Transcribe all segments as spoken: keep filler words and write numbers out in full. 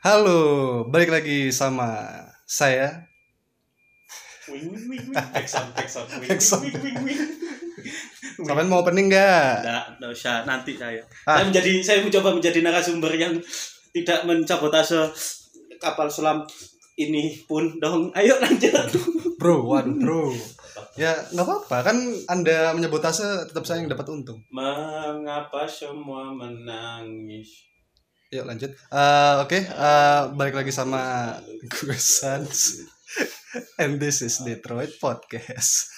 Halo, balik lagi sama saya. Wing wing wing wing. Backsound, backsound. Wing Backsound. wing wing wing. Kalian mau opening nggak? Nggak, nggak usah. Nanti saya. Ah. Saya menjadi, saya mencoba menjadi narasumber yang tidak mencabotase kapal selam ini pun dong. Ayo lanjut. Bro, waduh bro. Ya nggak apa-apa kan Anda menyebutase tetap saya yang dapat untung. Mengapa semua menangis? Yuk lanjut. Eh, Oke, eh, balik lagi sama gue Sans. And this is Detroit Podcast.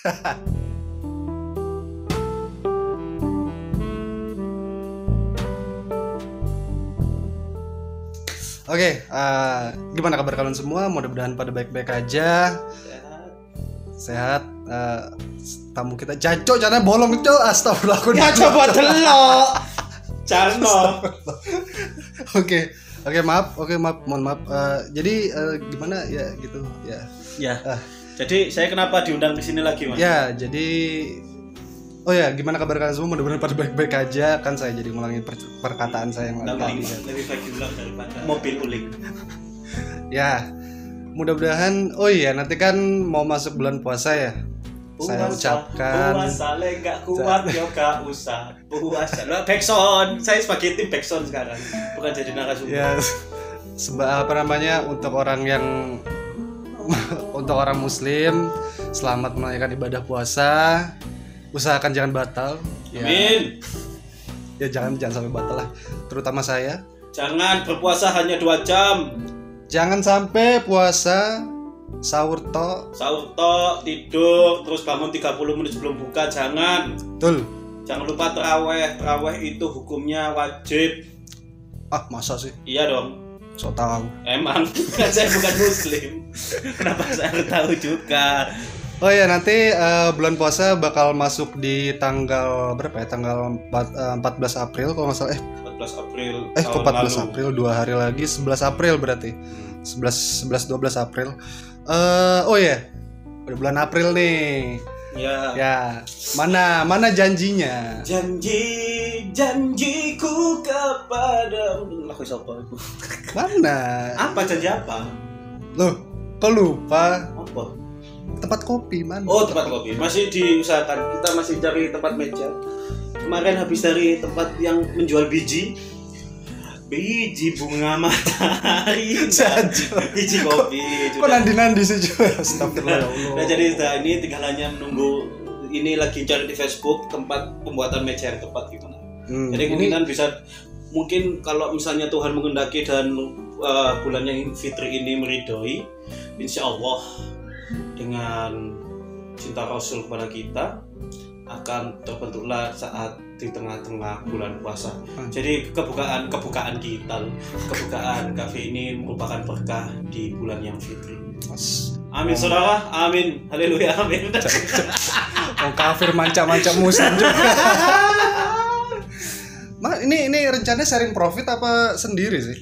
Oke, eh, gimana kabar kalian semua? Mudah-mudahan pada baik-baik aja. Sehat. Sehat. Eh, tamu kita jancok, jangan bolong cok. Astagfirullah. aku Ya coba delok. Carno. Oke, oke maaf, oke maaf, mohon maaf. Eh, jadi eh, gimana ya gitu ya. Ya. Ah. Jadi saya kenapa diundang di sini lagi, Mas? Ya, jadi oh ya, gimana kabar kalian semua? Mudah-mudahan pada baik-baik aja. Kan saya jadi ngulangin per- perkataan saya yang Lebih, tadi. ya. lebih baik diulang daripada mobil uling. Ya, mudah-mudahan. Oh iya, nanti kan mau masuk bulan puasa ya. Saya ucapkan puasa le gak kuat yo gak usah puasa. Lah backsound, saya sebagai tim backsound sekarang, bukan jadi narasumber. ya seba apa namanya untuk orang yang untuk orang muslim, selamat menunaikan ibadah puasa. Usahakan jangan batal. Ya, Amin. ya jangan jangan sampai batal lah. Terutama saya. Jangan berpuasa hanya dua jam. Jangan sampai puasa sahur tok. Sahur tok, tidur, terus bangun tiga puluh menit sebelum buka, jangan. Betul. Jangan lupa taraweh. Taraweh itu hukumnya wajib. Ah, masa sih? Iya dong. So tahu. Emang kan saya bukan muslim. Kenapa saya harus tahu juga? Oh ya, nanti uh, bulan puasa bakal masuk di tanggal berapa ya? Tanggal empat, uh, empat belas April kalau nggak salah. Eh, empat belas April eh kok tahun empat belas lalu. April, dua hari lagi sebelas April berarti. sebelas sebelas dua belas April. Eh, oh ya. Udah bulan April nih. Ya. Ya, mana mana janjinya? Janji janjiku kepadamu. Lah siapa itu? Mana? Apa janji apa? Loh, kok lupa? Apa? Tempat kopi mana? Oh, tempat kopi. Masih diusahakan. Kita masih cari tempat meja. Kemarin habis dari tempat yang menjual biji. Biji bunga matahari. Jajan. Biji kopi. Kok nandi-nandi sih juga? Astagfirullah ya Allah. Nah, jadi nah, ini tinggal hanya menunggu. Ini lagi cari di Facebook tempat pembuatan meja yang tepat gimana. Hmm, Jadi ini kemungkinan bisa mungkin kalau misalnya Tuhan mengendaki dan uh, bulan yang Fitri ini meridhoi, insya Allah dengan cinta Rasul kepada kita akan terbentuklah saat di tengah-tengah bulan puasa. Hmm. Jadi kebukaan kebukaan kita, kebukaan kafe ini merupakan berkah di bulan yang Fitri. Mas, Amin saudara, amin, haleluya, amin. oh kafir manca-manca muslim juga. Ma, ini ini rencananya sharing profit apa sendiri sih?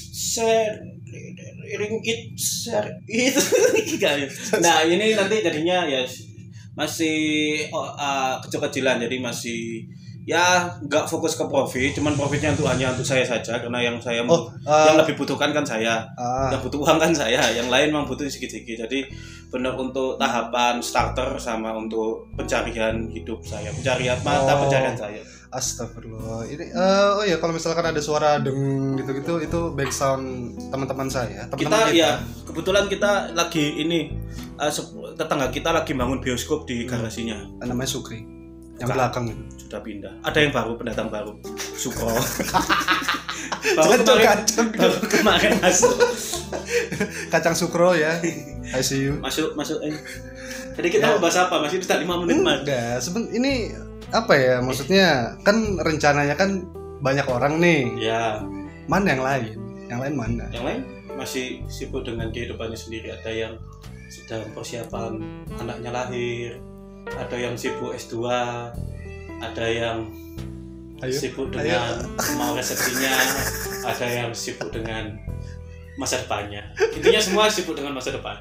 Sharing it, share it. Nah ini nanti jadinya ya masih oh, uh, kecil-kecilan, jadi masih ya nggak fokus ke profit, cuman profitnya untuk hanya untuk saya saja karena yang saya Oh, yang uh, lebih butuhkan kan saya, ah, yang butuh uang kan saya, yang lain memang butuh sedikit-sedikit. Jadi benar untuk tahapan starter sama untuk pencarian hidup saya, pencarian mata Oh. pencarian saya. astagfirullah. Ini eh, oh ya kalau misalkan ada suara deng gitu-gitu itu background teman-teman saya. Kita Teman-teman ya kebetulan kita lagi ini uh, sep- tetangga kita lagi bangun bioskop di garasinya. namanya Sukri. Yang Bukan. belakang itu. Sudah pindah. Ada yang baru, pendatang baru. Sukro. Kacang, baru kemarin, kacang. baru kemarin masuk. Kacang Sukro ya. I see you. Masuk, masuk. Eh. Jadi kita Ya. mau bahas apa? Masih sudah lima menit, Mas. Enggak, seben ini apa ya maksudnya kan rencananya kan banyak orang nih. Ya, Mana yang lain? Yang lain mana? yang lain masih sibuk dengan kehidupannya sendiri. Ada yang sedang persiapan anaknya lahir, ada yang sibuk S dua, ada yang Ayo. sibuk dengan mau resepsinya, ada yang sibuk dengan masa depannya. Intinya semua sibuk dengan masa depan.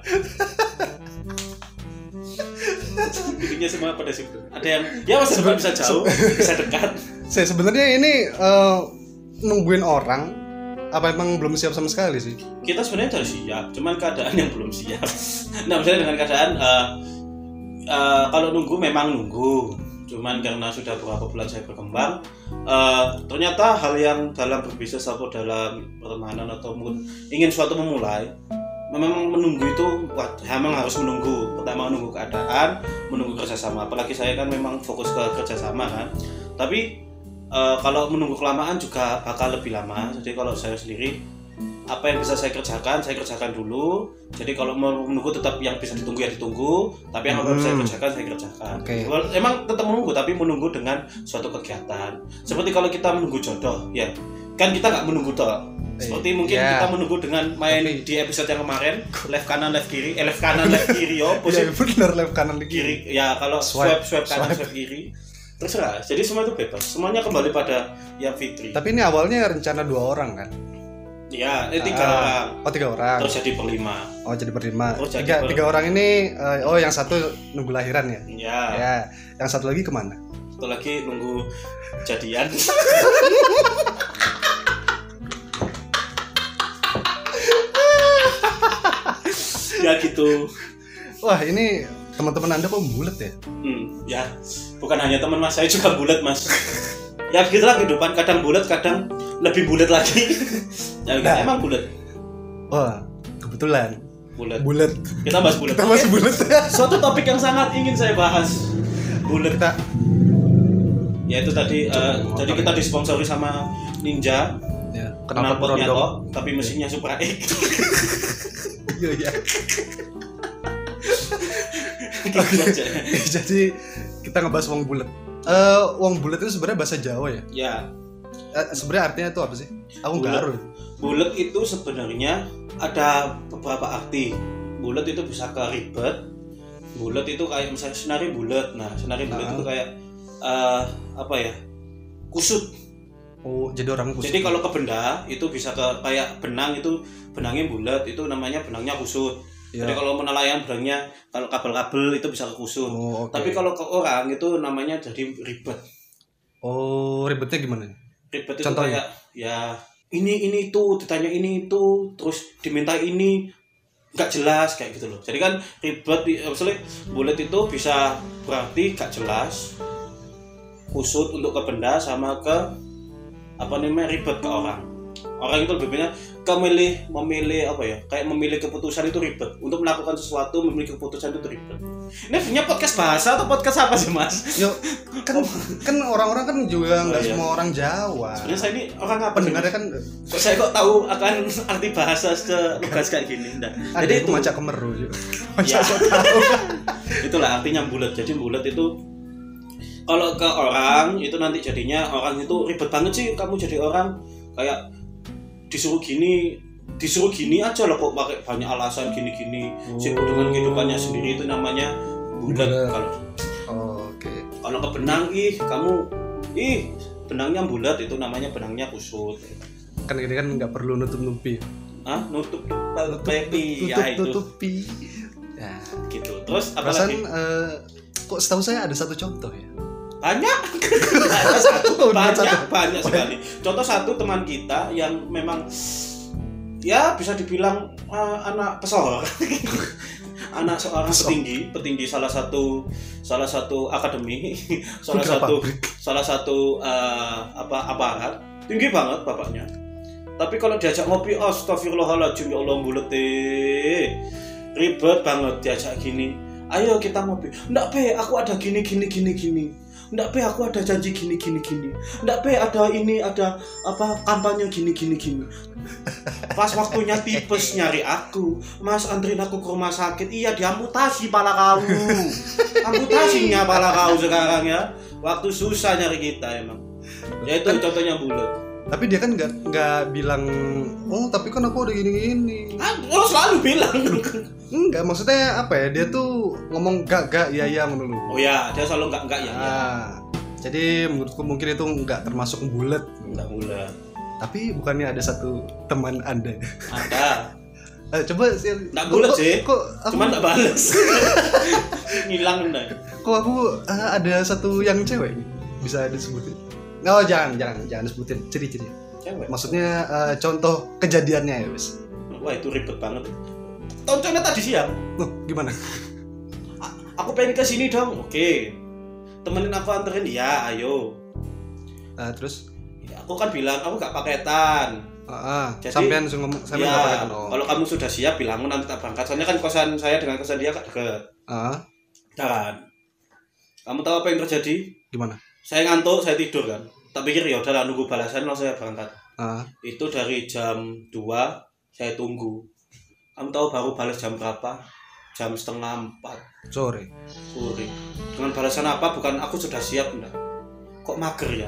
Intinya semua pada sibuk. Ada yang ya masa depan bisa jauh, bisa dekat. Saya sebenarnya ini uh, nungguin orang apa emang belum siap sama sekali sih? Kita sebenarnya sudah siap, cuman keadaan yang belum siap. Nah, misalnya dengan keadaan uh, uh, kalau nunggu memang nunggu, cuman karena sudah beberapa bulan saya berkembang, uh, ternyata hal yang dalam berbisnis atau dalam pertemanan atau ingin suatu memulai, memang menunggu itu wah, memang harus menunggu. Pertama menunggu keadaan, menunggu kerjasama. Apalagi saya kan memang fokus ke kerjasama kan. Tapi Uh, kalau menunggu kelamaan juga bakal lebih lama. Jadi kalau saya sendiri, apa yang bisa saya kerjakan, saya kerjakan dulu. Jadi kalau mau menunggu tetap yang bisa ditunggu ya ditunggu, tapi yang hmm. saya kerjakan saya kerjakan. Okay. Emang tetap menunggu, tapi menunggu dengan suatu kegiatan. Seperti kalau kita menunggu jodoh, ya kan kita nggak menunggu toh. Seperti mungkin yeah. kita menunggu dengan main tapi... di episode yang kemarin, left kanan left kiri, eh left kanan left kiri yo. Ya benar left kanan di kiri. kiri. Ya kalau swipe swipe, swipe kanan swipe, swipe kiri. Terserah, jadi semua itu bebas, semuanya kembali pada yang fitri. Tapi ini awalnya rencana dua orang kan? Iya, ini tiga ah, orang. Oh tiga orang. Terus jadi berlima. Oh jadi berlima. Terus tiga, ber... tiga orang ini, uh, oh yang satu nunggu lahiran ya? Iya. Ya, yang satu lagi kemana? Satu lagi nunggu jadian. Ya gitu. Wah ini teman-teman Anda kok bulat ya? Hmm, ya. Bukan hanya teman Mas, saya juga bulat Mas. Ya begitulah kehidupan, kadang bulat, kadang lebih bulat lagi. Ya nah. Emang bulat. Wah, kebetulan. Bulat. Bulat. Kita bahas bulat. Kita bahas bulat. Suatu topik yang sangat ingin saya bahas. Bulat. Kita. Ya itu tadi. Uh, jadi kita disponsori sama Ninja. Ya. Kenapa Nyato? Tapi mesinnya Supra X. Iya iya. Oke. Jadi kita ngebahas wong bulat. Uh, wong bulat itu sebenarnya bahasa Jawa ya? Ya. Uh, sebenarnya artinya itu apa sih? Aku nggak tahu. Bulat itu sebenarnya ada beberapa arti. Bulat itu bisa ke ribet. Bulat itu kayak misalnya senari bulat. Nah, senari bulat uh. itu kayak uh, apa ya? Kusut. Oh, jadi orang kusut. Jadi kalau ke benda itu bisa ke kayak benang itu benangnya bulat, itu namanya benangnya kusut. Ya. Jadi kalau menelayan benangnya, kalau kabel-kabel itu bisa ke kusut. Oh, okay. Tapi kalau ke orang itu namanya jadi ribet. Oh, ribetnya gimana? Ribet itu contohnya kayak ya ini ini itu ditanya ini itu terus diminta ini nggak jelas kayak gitu loh. Jadi kan ribet, maksudnya bulat itu bisa berarti nggak jelas, kusut untuk ke benda sama ke apa namanya ribet ke orang. Orang itu lebih banyak kemilih memilih apa ya kayak memilih keputusan itu ribet untuk melakukan sesuatu, memilih keputusan itu ribet. Ini punya podcast bahasa atau podcast apa sih Mas? Yo kan kan orang-orang kan juga nggak oh, iya. semua orang Jawa. Sebenarnya saya ini orang apa? Pendengarnya kan kok saya kok tahu akan arti bahasa selugas kayak gini. Nah, jadi itu macam kemeru juga. Macam so tahu. Itulah artinya bulat. Jadi bulat itu kalau ke orang itu nanti jadinya orang itu ribet banget sih kamu jadi orang kayak disuruh gini disuruh gini aja lah kok pakai banyak alasan gini-gini oh. Sibuk dengan kehidupannya sendiri itu namanya bulat kalau oh, oke okay. Kalau ke benang ih kamu ih benangnya bulat itu namanya benangnya kusut kan ini kan nggak perlu nutup-nutupi ah nutup nutupi ya itu nutupi ya gitu terus apa perasaan lagi uh, kok setahu saya ada satu contoh ya banyak ada satu banyak banyak sekali contoh satu teman kita yang memang ya bisa dibilang uh, anak pesohor anak seorang petinggi petinggi salah satu salah satu akademi salah satu salah satu uh, apa aparat tinggi banget bapaknya tapi kalau diajak ngopi astagfirullahaladzim ya Allah bulet ribet banget diajak gini ayo kita ngopi enggak pe aku ada gini gini gini gini enggak pe aku ada janji gini gini gini enggak pe ada ini ada apa kampanye gini gini gini pas waktunya tipes nyari aku mas anterin aku ke rumah sakit iya diamputasi pala kamu amputasinya pala kau sekarang ya waktu susah nyari kita emang ya itu contohnya bulat tapi dia kan nggak nggak bilang oh tapi kan aku udah gini-gini ah lo selalu bilang enggak maksudnya apa ya dia tuh ngomong gak gak ya ya menurut oh ya dia selalu gak gak ya ya ah, jadi menurutku mungkin itu nggak termasuk bulat nggak bulat tapi bukannya ada satu teman Anda ada eh, coba sih nggak bulat sih kok aku... cuma nggak balas ngilang nih kok aku uh, ada satu yang cewek bisa disebutin. Oh jangan jangan jangan sebutin ciri-ciri. Cewek. Maksudnya uh, contoh kejadiannya ya, Wis. Wah, itu ribet banget. Tontonnya tadi siang. Loh, gimana? A- aku pengen ke sini dong. Oke. Temenin aku anterin. Ya, ayo. Uh, terus? Ya, aku kan bilang aku gak paketan. Uh, uh, Jadi, sampean langsung ngomong, sampean ya, gak paketan. Oh. Kalau kamu sudah siap, bilang nanti tak berangkat. Soalnya kan kosan saya dengan kosan dia gak deket. Uh, Dan kamu tahu apa yang terjadi? Gimana? Saya ngantuk, saya tidur kan. Tak pikir ya udahlah nunggu balasan langsung saya berangkat. Uh, Itu dari jam dua saya tunggu. Kamu tahu baru balas jam berapa? Jam setengah empat sore. sore. Dengan balasan apa? Bukan aku sudah siap enggak. Kok mager ya?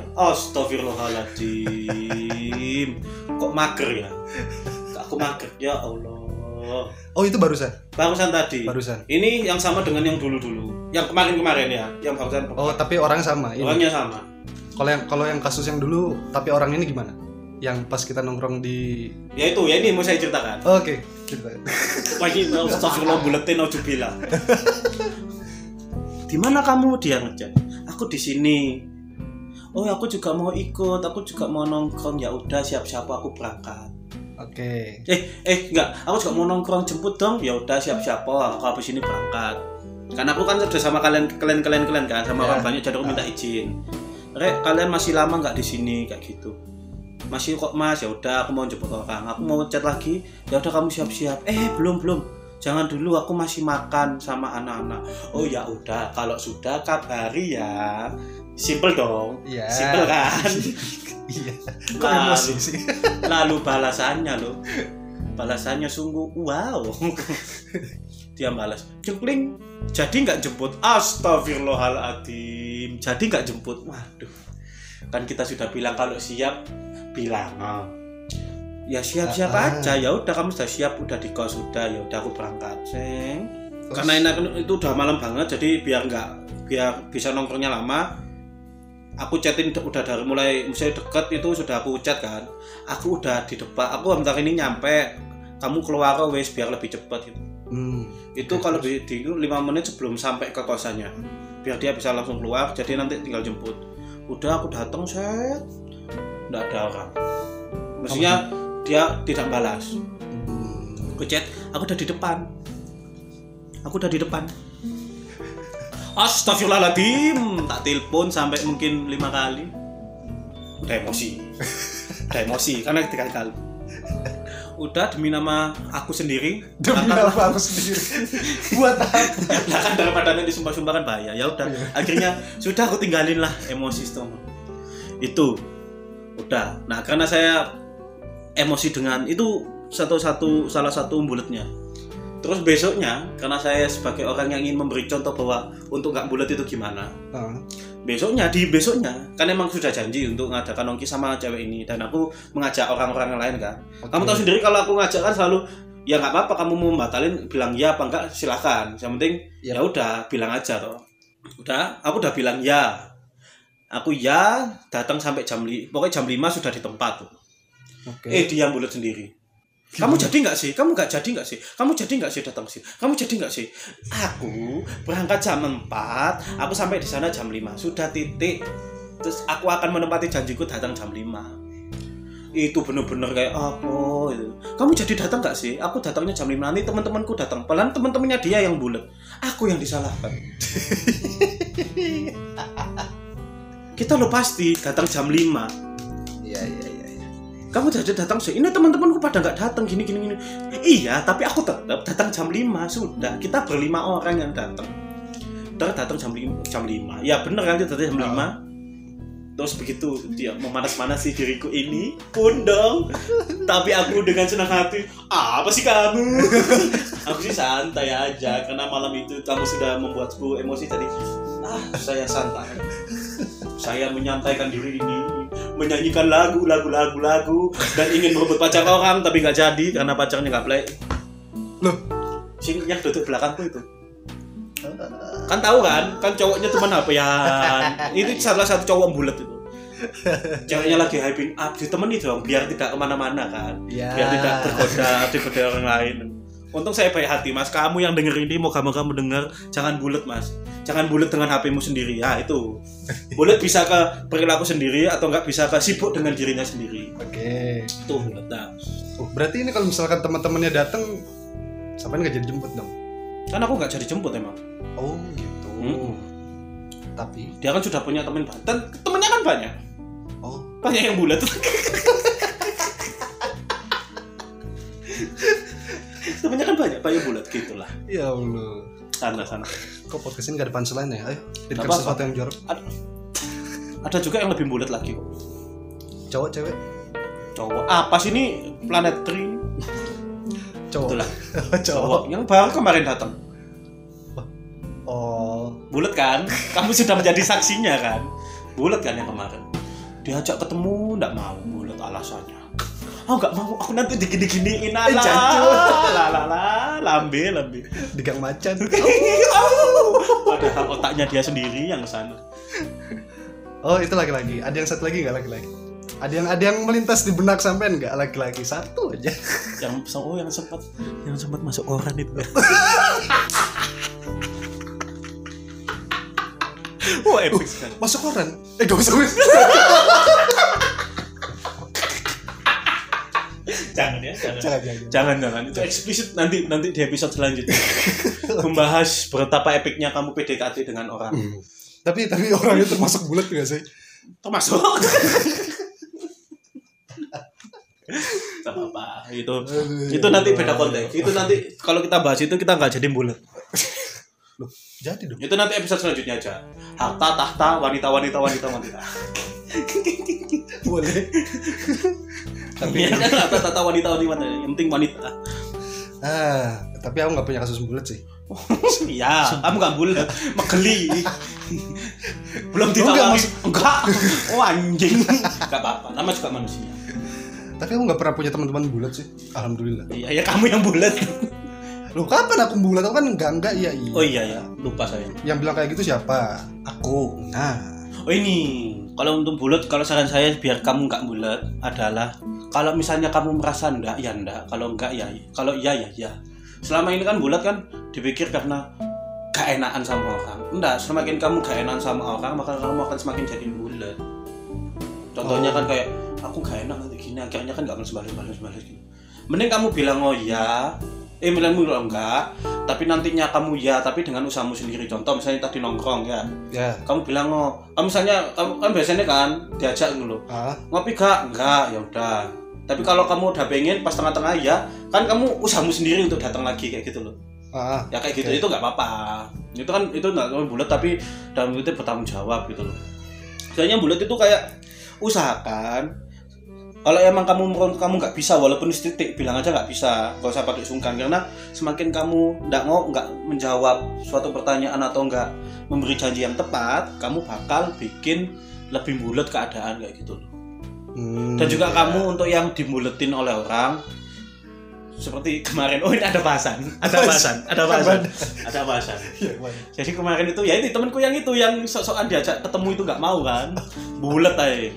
Astagfirullahaladzim. Kok mager ya? Aku mager ya Allah. Oh, itu barusan? Barusan tadi. Barusan. Ini yang sama dengan yang dulu-dulu. Yang kemarin-kemarin ya, yang barusan. Oh, tapi orang sama. Ini. Orangnya sama. Kalau yang kalau yang kasus yang dulu, tapi orang ini gimana? Yang pas kita nongkrong di. Ya itu, ya ini mau saya ceritakan. Oh, oke, okay. Ceritakan. Lagi astagfirullah buletin auzubillah. Di mana kamu? Dia ngechat. Aku di sini. Oh, aku juga mau ikut. Aku juga mau nongkrong. Ya udah, siap-siap aku berangkat. Oke. Okay. Eh, eh enggak. Aku juga mau nongkrong, jemput dong. Ya udah, siap-siap aku habis ini berangkat. Karena aku kan sudah sama kalian kalian kalian kalian kan sama yeah. orang banyak, jadi aku minta izin. Rek, kalian masih lama nggak di sini kayak gitu? Masih kok Mas, ya udah aku mau jemput orang. Aku mau chat lagi. Ya udah kamu siap-siap. Eh, belum belum. Jangan dulu, aku masih makan sama anak-anak. Oh ya udah, kalau sudah kabari ya. Simple dong. Yeah. Simple kan? Iya. Kok Lalu, emosi sih? lalu balasannya loh. Balasannya sungguh wow. Dia balas, jengkling. Jadi nggak jemput. Astagfirullahaladzim. Jadi nggak jemput. Waduh. Kan kita sudah bilang kalau siap bilang. Oh. Ya siap-siap ah, aja. Ya udah kamu sudah siap, udah di kos sudah. Ya udah aku berangkat, Seng. Terus? Karena enak, itu udah malam banget, jadi biar nggak biar bisa nongkrongnya lama. Aku chatin udah dari mulai misalnya deket itu sudah aku chat kan. Aku udah di depan. Aku bentar ini nyampe. Kamu keluar wes biar lebih cepat gitu. Hmm. Itu kalau di, di lima menit sebelum sampai ke kosannya, biar dia bisa langsung keluar, jadi nanti tinggal jemput. Udah aku datang set, nggak ada orang. Maksudnya dia tidak balas. Aku chat, aku udah di depan. Aku udah di depan. Astagfirullahaladzim, tak telepon sampai mungkin lima kali. Udah emosi, udah emosi karena tiga kali. Udah demi nama aku sendiri. Demi nama aku sendiri. Buat apa? Nah kan daripada nanti sumpah-sumpah kan bahaya. Ya udah, akhirnya sudah aku tinggalin lah emosi itu. Itu udah. Nah karena saya emosi dengan itu satu-satu salah satu bulatnya. Terus besoknya karena saya sebagai orang yang ingin memberi contoh bahwa untuk nggak bulat itu gimana. Uh. Besoknya di besoknya kan emang sudah janji untuk ngadakan nongki sama cewek ini dan aku mengajak orang-orang yang lain kan. Okay. Kamu tahu sendiri kalau aku ngajak kan selalu ya nggak apa-apa kamu mau batalin bilang ya apa enggak silakan. Yang penting yep. Ya udah bilang aja toh. Udah, aku udah bilang ya. Aku ya datang sampai jam lima. Pokoknya jam lima sudah di tempat tuh. Okay. Eh dia bulat sendiri. Kamu jadi nggak sih? Kamu nggak jadi nggak sih? Kamu jadi nggak sih datang sih? Kamu jadi nggak sih? Aku berangkat jam empat, aku sampai di sana jam lima. Sudah titik. Terus aku akan menepati janjiku datang jam lima. Itu bener-bener kayak apa itu. Kamu jadi datang nggak sih? Aku datangnya jam lima. Nanti teman-temanku datang. Pelan teman-temannya dia yang bulat. Aku yang disalahkan. Kita lo pasti datang jam lima. Iya iya iya. Kamu jadi datang sih. Ini teman-temanku pada nggak datang gini gini gini. Iya, tapi aku tetap datang jam lima sudah. Kita berlima orang yang datang. Terus datang jam lima, jam lima. Ya benar kan kita datang jam lima. Terus begitu dia memanas-manasi diriku ini pun dong. Tapi aku dengan senang hati, apa sih kamu? Aku sih santai aja karena malam itu kamu sudah membuatku emosi tadi. Ah, saya santai. Saya menyantaikan diri ini, menyanyikan lagu, lagu, lagu, lagu, dan ingin merebut pacar orang tapi nggak jadi karena pacarnya nggak play. Loh, sing yang duduk belakangku itu, kan tahu kan, kan cowoknya teman H P-an. Itu salah satu cowok bulat itu. Ceweknya lagi hyping up, ditemani dong biar tidak kemana-mana kan, yeah. Biar tidak tergoda, tergoda orang lain. Untung saya baik hati mas. Kamu yang denger ini, moga-moga mendengar. Jangan bulet mas. Jangan bulet dengan H P-mu sendiri. Ya itu. Bulet bisa ke perilaku sendiri atau enggak bisa ke sibuk dengan dirinya sendiri. Oke. Itu bulet. Nah. Oh, berarti ini kalau misalkan teman-temannya datang, sampai nggak jadi jemput dong? Kan aku nggak jadi jemput emang. Oh gitu. Hmm. Tapi dia kan sudah punya teman banyak. Dan temennya kan banyak. Oh. Banyak yang bulet. Temennya kan banyak, banyak bulat gitulah. Ya Allah. Sana sana. Kok podcast ini gak ada punchline ya? Ayo, dikasih Apa-apa. sesuatu yang jorok. Ada, ada juga yang lebih bulat lagi kok. Cowok, cewek? Cowok. Apa sih ini Planet Tree? Cowok. Itulah. Cowok. Cowok. Yang baru kemarin datang. Oh. Bulat kan? Kamu sudah menjadi saksinya kan? Bulat kan yang kemarin. Diajak ketemu enggak mau, bulat alasannya. Oh enggak mau, aku nanti digini-giniin ala. La la la, lambe lambe. Digang macan. Padahal otaknya dia sendiri yang sana. Oh, itu laki-laki. Ada yang satu lagi enggak laki-laki? Ada yang ada yang melintas di benak sampean enggak laki-laki? Satu aja. Yang oh yang sempat yang sempat masuk koran itu. Wah, epic sekali. Masuk koran? Eh, gak usah. Jangan ya, jangan. Jangan, jangan. Jangan, jangan. Itu eksplisit nanti nanti di episode selanjutnya. Membahas betapa epicnya kamu P D K T dengan orang. Hmm. Tapi tapi orang itu termasuk bulat enggak sih? Termasuk. Gak apa-apa. Itu itu nanti beda konteks. Itu nanti kalau kita bahas itu kita enggak jadi bulat. Loh, jadi dong. Itu nanti episode selanjutnya aja. Harta, tahta, wanita, wanita, wanita, wanita. Boleh. Tapi ya kan harta, tahta, wanita, wanita. Yang penting wanita. Ah, tapi aku nggak punya kasus bulat sih. Iya, kamu nggak bulat, megeli. Belum Enggak, ditawari. maksud- Enggak. Oh anjing. Enggak apa-apa. Nama juga manusia. Tapi aku nggak pernah punya teman-teman bulat sih. Alhamdulillah. Iya, ya kamu yang bulat. Loh, kapan aku bulat? Aku kan enggak enggak iya iya. Oh iya ya, lupa saya. Yang bilang kayak gitu siapa? Aku. Nah, Oh ini, kalau untuk bulat, kalau saran saya biar kamu nggak bulat adalah kalau misalnya kamu merasa enggak, ya enggak. Kalau enggak ya, kalau iya ya ya. Selama ini kan bulat kan dipikir karena gak enakan sama orang. Enggak, semakin kamu gak enakan sama orang, maka kamu akan semakin jadi bulat. Contohnya Oh. kan kayak aku gak enak nanti gini, akhirnya kan gak akan sebalik-balik gitu. Mending kamu bilang oh ya, eh bilang bilang enggak, tapi nantinya kamu ya, tapi dengan usahamu sendiri. Contoh misalnya tadi nongkrong ya, ya. kamu bilang oh, kamu misalnya kamu kan biasanya kan diajak gitu loh, Ah, ngopi gak? Enggak, ya udah. Tapi kalau kamu udah pengen pas tengah-tengah ya, kan kamu usahamu sendiri untuk datang lagi kayak gitu loh. ah. Ya kayak gitu Oke. itu nggak apa-apa. Itu kan itu nggak cuma bulat tapi dalam itu bertanggung jawab gitu loh. Soalnya bulat itu kayak usahakan. Kalau emang kamu menurut kamu nggak bisa, walaupun titik bilang aja nggak bisa, nggak usah pakai sungkan, karena semakin kamu nggak mau nggak menjawab suatu pertanyaan atau nggak memberi janji yang tepat, kamu bakal bikin lebih bulat keadaan kayak gitu loh. Hmm, Dan juga ya. kamu untuk yang dibuletin oleh orang seperti kemarin, oh ini ada bahasan, ada bahasan, ada bahasan, ada bahasan. Iya, Bang. Jadi kemarin itu ya ini temanku yang itu yang sok-sokan diajak ketemu itu nggak mau kan, bulet aja.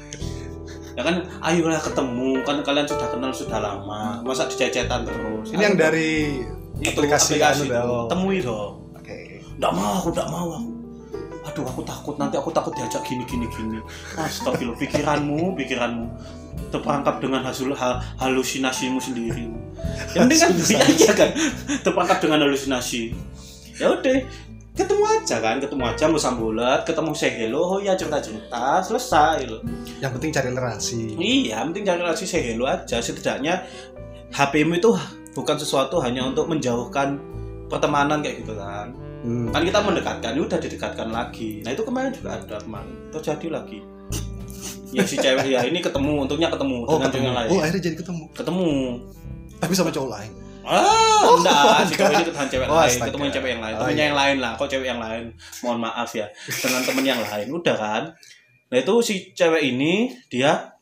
Ya kan, ayolah ketemu, kan kalian sudah kenal sudah lama, masa dicecetan terus. Ini yang dari itu, aplikasi, aplikasi anu itu, dah. temui dong. Oke. Nggak mau, aku nggak mau aku. Aduh, aku takut nanti aku takut diajak gini gini gini. Astagfirullah, pikiranmu, pikiranmu terperangkap dengan hasil hal, halusinasimu sendiri. Yang penting kan iya kan, terperangkap dengan halusinasi. Ya udah, ketemu aja kan, ketemu aja mau sambulat, ketemu say hello, oh iya cerita-cerita, selesai loh. Yang penting cari relasi. Iya, yang penting cari relasi say hello aja. Setidaknya H P-mu itu bukan sesuatu hanya untuk menjauhkan pertemanan kayak gitu kan. Hmm. Kan kita mendekatkan, ya udah didekatkan lagi. Nah itu kemarin juga ada kemarin, terjadi lagi. Ya si cewek ya ini ketemu, untungnya ketemu Oh, dengan ketemu. yang lain. Oh, akhirnya jadi ketemu. Ketemu. Tapi sama cowok lain. Ah, Oh, enggak, si enggak. cewek ini ketemu cewek Oh, lain, astaga. ketemu cewek yang lain, Oh, temennya iya. yang lain lah, kok cewek yang lain. Mohon maaf ya, dengan temen yang lain, udah kan. Nah itu si cewek ini dia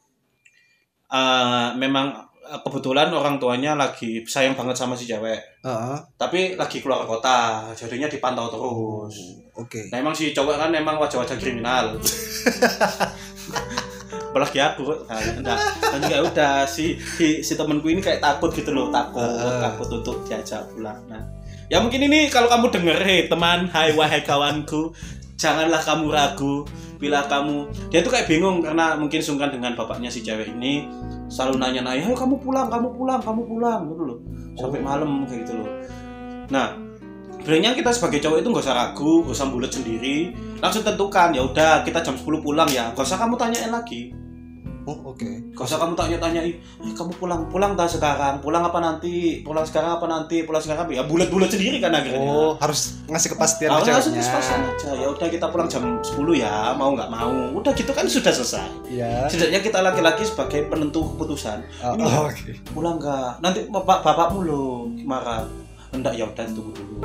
uh, memang uh, kebetulan orang tuanya lagi sayang banget sama si cewek, Heeh. tapi lagi keluar kota, jadinya dipantau terus. Oke. Nah emang si cowok kan emang wajah-wajah kriminal. apalagi aku nah, enggak kan juga udah si si, si temanku ini kayak takut gitu loh takut uh. takut untuk diajak pulang. Nah ya mungkin ini kalau kamu denger hei teman, hai wahai kawanku, janganlah kamu ragu bila kamu dia tuh kayak bingung karena mungkin sungkan dengan bapaknya si cewek ini selalu nanya-nanya, ayo kamu pulang kamu pulang kamu pulang gitu loh sampai oh. malam kayak gitu loh. Nah sebenarnya kita sebagai cowok itu nggak usah ragu, nggak usah bulet sendiri, langsung tentukan ya udah kita jam sepuluh pulang ya, nggak usah kamu tanyain lagi. Oh oke. Okay. Nggak usah kamu tanya-tanyain, eh kamu pulang pulang tak sekarang, pulang apa nanti, pulang sekarang apa nanti, pulang sekarang ya bulet-bulet sendiri kan akhirnya. Oh harus ngasih kepastian aja. Harus ceweknya. kepastian aja. Ya udah kita pulang jam sepuluh ya, mau nggak mau, udah gitu kan sudah selesai. Iya. Setidaknya kita laki-laki sebagai penentu keputusan. Oh, ini oh, oke. Okay. Pulang nggak? Nanti bapak bapakmu loh marah. Enggak ya udah tunggu dulu.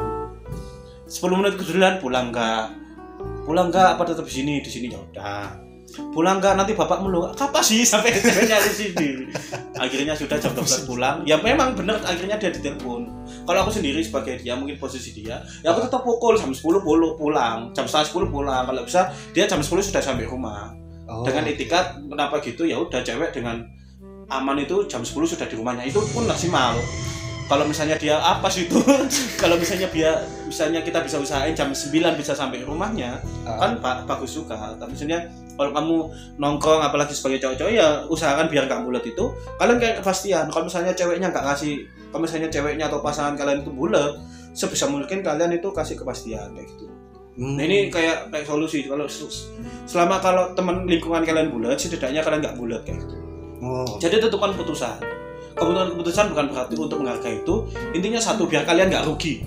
sepuluh menit kemudian pulang enggak? Pulang enggak apa tetap di sini? Di sini ya udah. Pulang enggak nanti bapakmu lu apa sih sampai nyari sini. Akhirnya sudah jam dua belas pulang. Ya memang benar akhirnya dia ditelepon. Kalau aku sendiri sebagai dia mungkin posisi dia, ya aku tetap pukul jam sepuluh pulang, jam setengah sepuluh pulang. Kalau bisa dia jam sepuluh sudah sampai rumah. Oh. Dengan etikat kenapa gitu ya udah cewek dengan aman itu jam sepuluh sudah di rumahnya itu pun maksimal. Kalau misalnya dia apa sih itu? Kalau misalnya dia misalnya kita bisa usahain jam sembilan bisa sampai rumahnya, uh. kan ba- bagus juga. Tapi misalnya kalau kamu nongkrong apalagi sebagai cowok-cowok ya usahakan biar enggak bulat itu. Kalian kayak kepastian. Kalau misalnya ceweknya enggak ngasih, kalau misalnya ceweknya atau pasangan kalian itu bulat, sebisa mungkin kalian itu kasih kepastian kayak gitu. Hmm. Nah ini kayak kayak solusi. Kalau selama kalau teman lingkungan kalian bulat, setidaknya kalian enggak bulat kayak gitu. Oh. Jadi tentukan keputusan. Keputusan bukan berarti untuk menghargai itu, intinya satu biar kalian nggak rugi.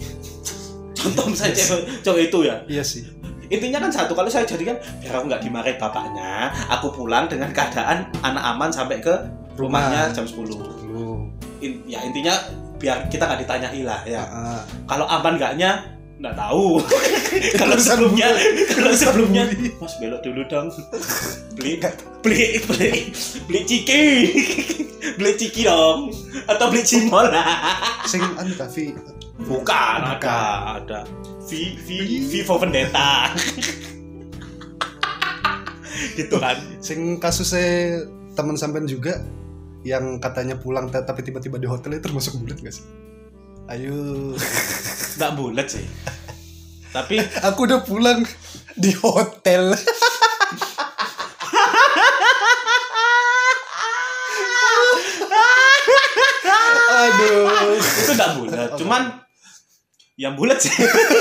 Contoh misalnya yes. cewek cowok itu ya. Iya sih. Intinya kan satu, kalau saya jadikan biar aku nggak dimarahin bapaknya, aku pulang dengan keadaan anak aman sampai ke rumahnya jam sepuluh. In, ya intinya biar kita nggak ditanyai lah ya. Uh-uh. Kalau aman nggaknya nggak tahu. Kalau sebelumnya, kalau sebelumnya, mas belok dulu dong. Beli, beli, beli, beli ciki, beli ciki dong, atau beli cimol lah. Sing anu tapi bukan ada, ada. V, V, V for Vendetta. Gitu kan. Sing kasusnya teman sampean juga yang katanya pulang tapi tiba-tiba di hotel itu termasuk bulat nggak sih? Ayo. Nggak bulat sih. Tapi aku udah pulang di hotel. Aduh, itu nggak bulat. Cuman yang bulat sih.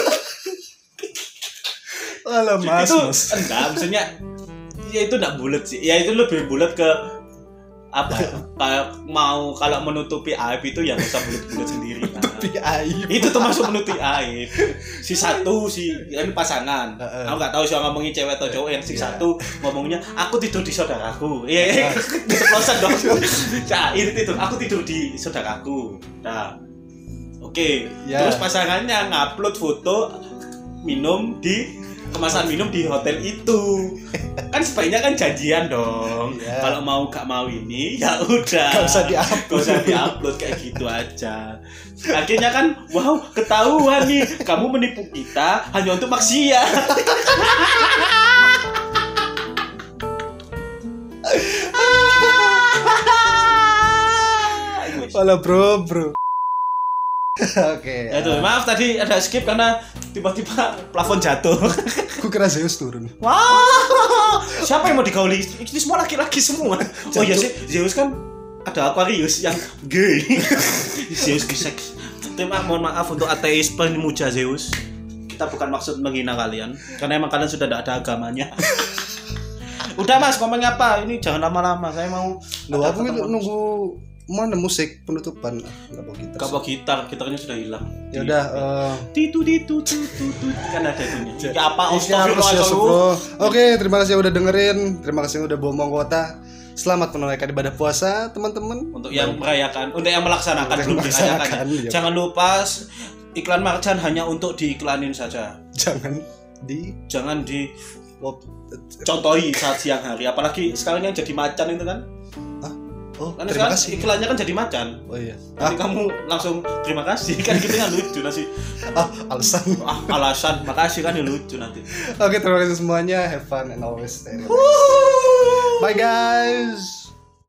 Alah mas. Itu mas. enggak, maksudnya ya itu nggak bulat sih. Ya itu lebih bulat ke apa kayak mau kalau menutupi aib itu yang usah bulat-bulat sendiri kan. Menutupi aib itu termasuk menutupi aib. Si satu si ini pasangan uh, uh. aku nggak tahu sih ngomongin cewek atau cowok. Yang si yeah. satu ngomongnya aku tidur di saudaraku iya yeah. Keceplosan dong. Nah, ini tidur aku tidur di saudaraku. Nah oke okay. yeah. Terus pasangannya ngupload foto minum di kemasan minum di hotel itu. Kan sebaiknya kan janjian dong. Yeah. Kalau mau gak mau ini ya udah. Gak usah di-upload. Gak usah di-upload kayak gitu aja. Akhirnya kan wow, ketahuan nih kamu menipu kita hanya untuk maksiat. Walah bro, bro. Oke. Okay, uh. Maaf tadi ada skip karena tiba-tiba plafon jatuh. Aku kira Zeus turun. Wah, siapa yang mau digauli? Ini semua laki-laki semua. Jatuh. Oh iya sih, Zeus kan ada Aquarius yang gay. Zeus biseks. Terima mohon maaf untuk ateis pemuja Zeus. Kita bukan maksud menghina kalian, karena emang kalian sudah tidak ada agamanya. Udah mas, komen apa? Ini jangan lama-lama. Saya mau. Loh, aku itu nunggu. Mana musik penutupan? Enggak bawa gitar. Enggak bawa gitar, gitarnya sudah hilang. Ya udah uh... titu titu titu kan ada itunya. Ya apa astagfirullah. Oke, terima kasih udah dengerin. Terima kasih udah bohong kota. Selamat menunaikan ibadah puasa, teman-teman. Untuk yang merayakan, untuk yang melaksanakan belum dirayakan. Ya. Jangan lupa iklan Marjan hanya untuk diiklanin saja. Jangan di jangan di contohi saat siang hari, apalagi sekarang yang jadi macan itu kan. Oh, karena terima kasih. Iklannya kan jadi macan. Oh iya. Nanti ah. kamu langsung terima kasih kan gitu kan lucu nasi. Ah, alasan. Ah, alasan. Makasih kan lucu nanti. Oke, terima kasih semuanya. Have fun and always stay relaxed. Bye guys.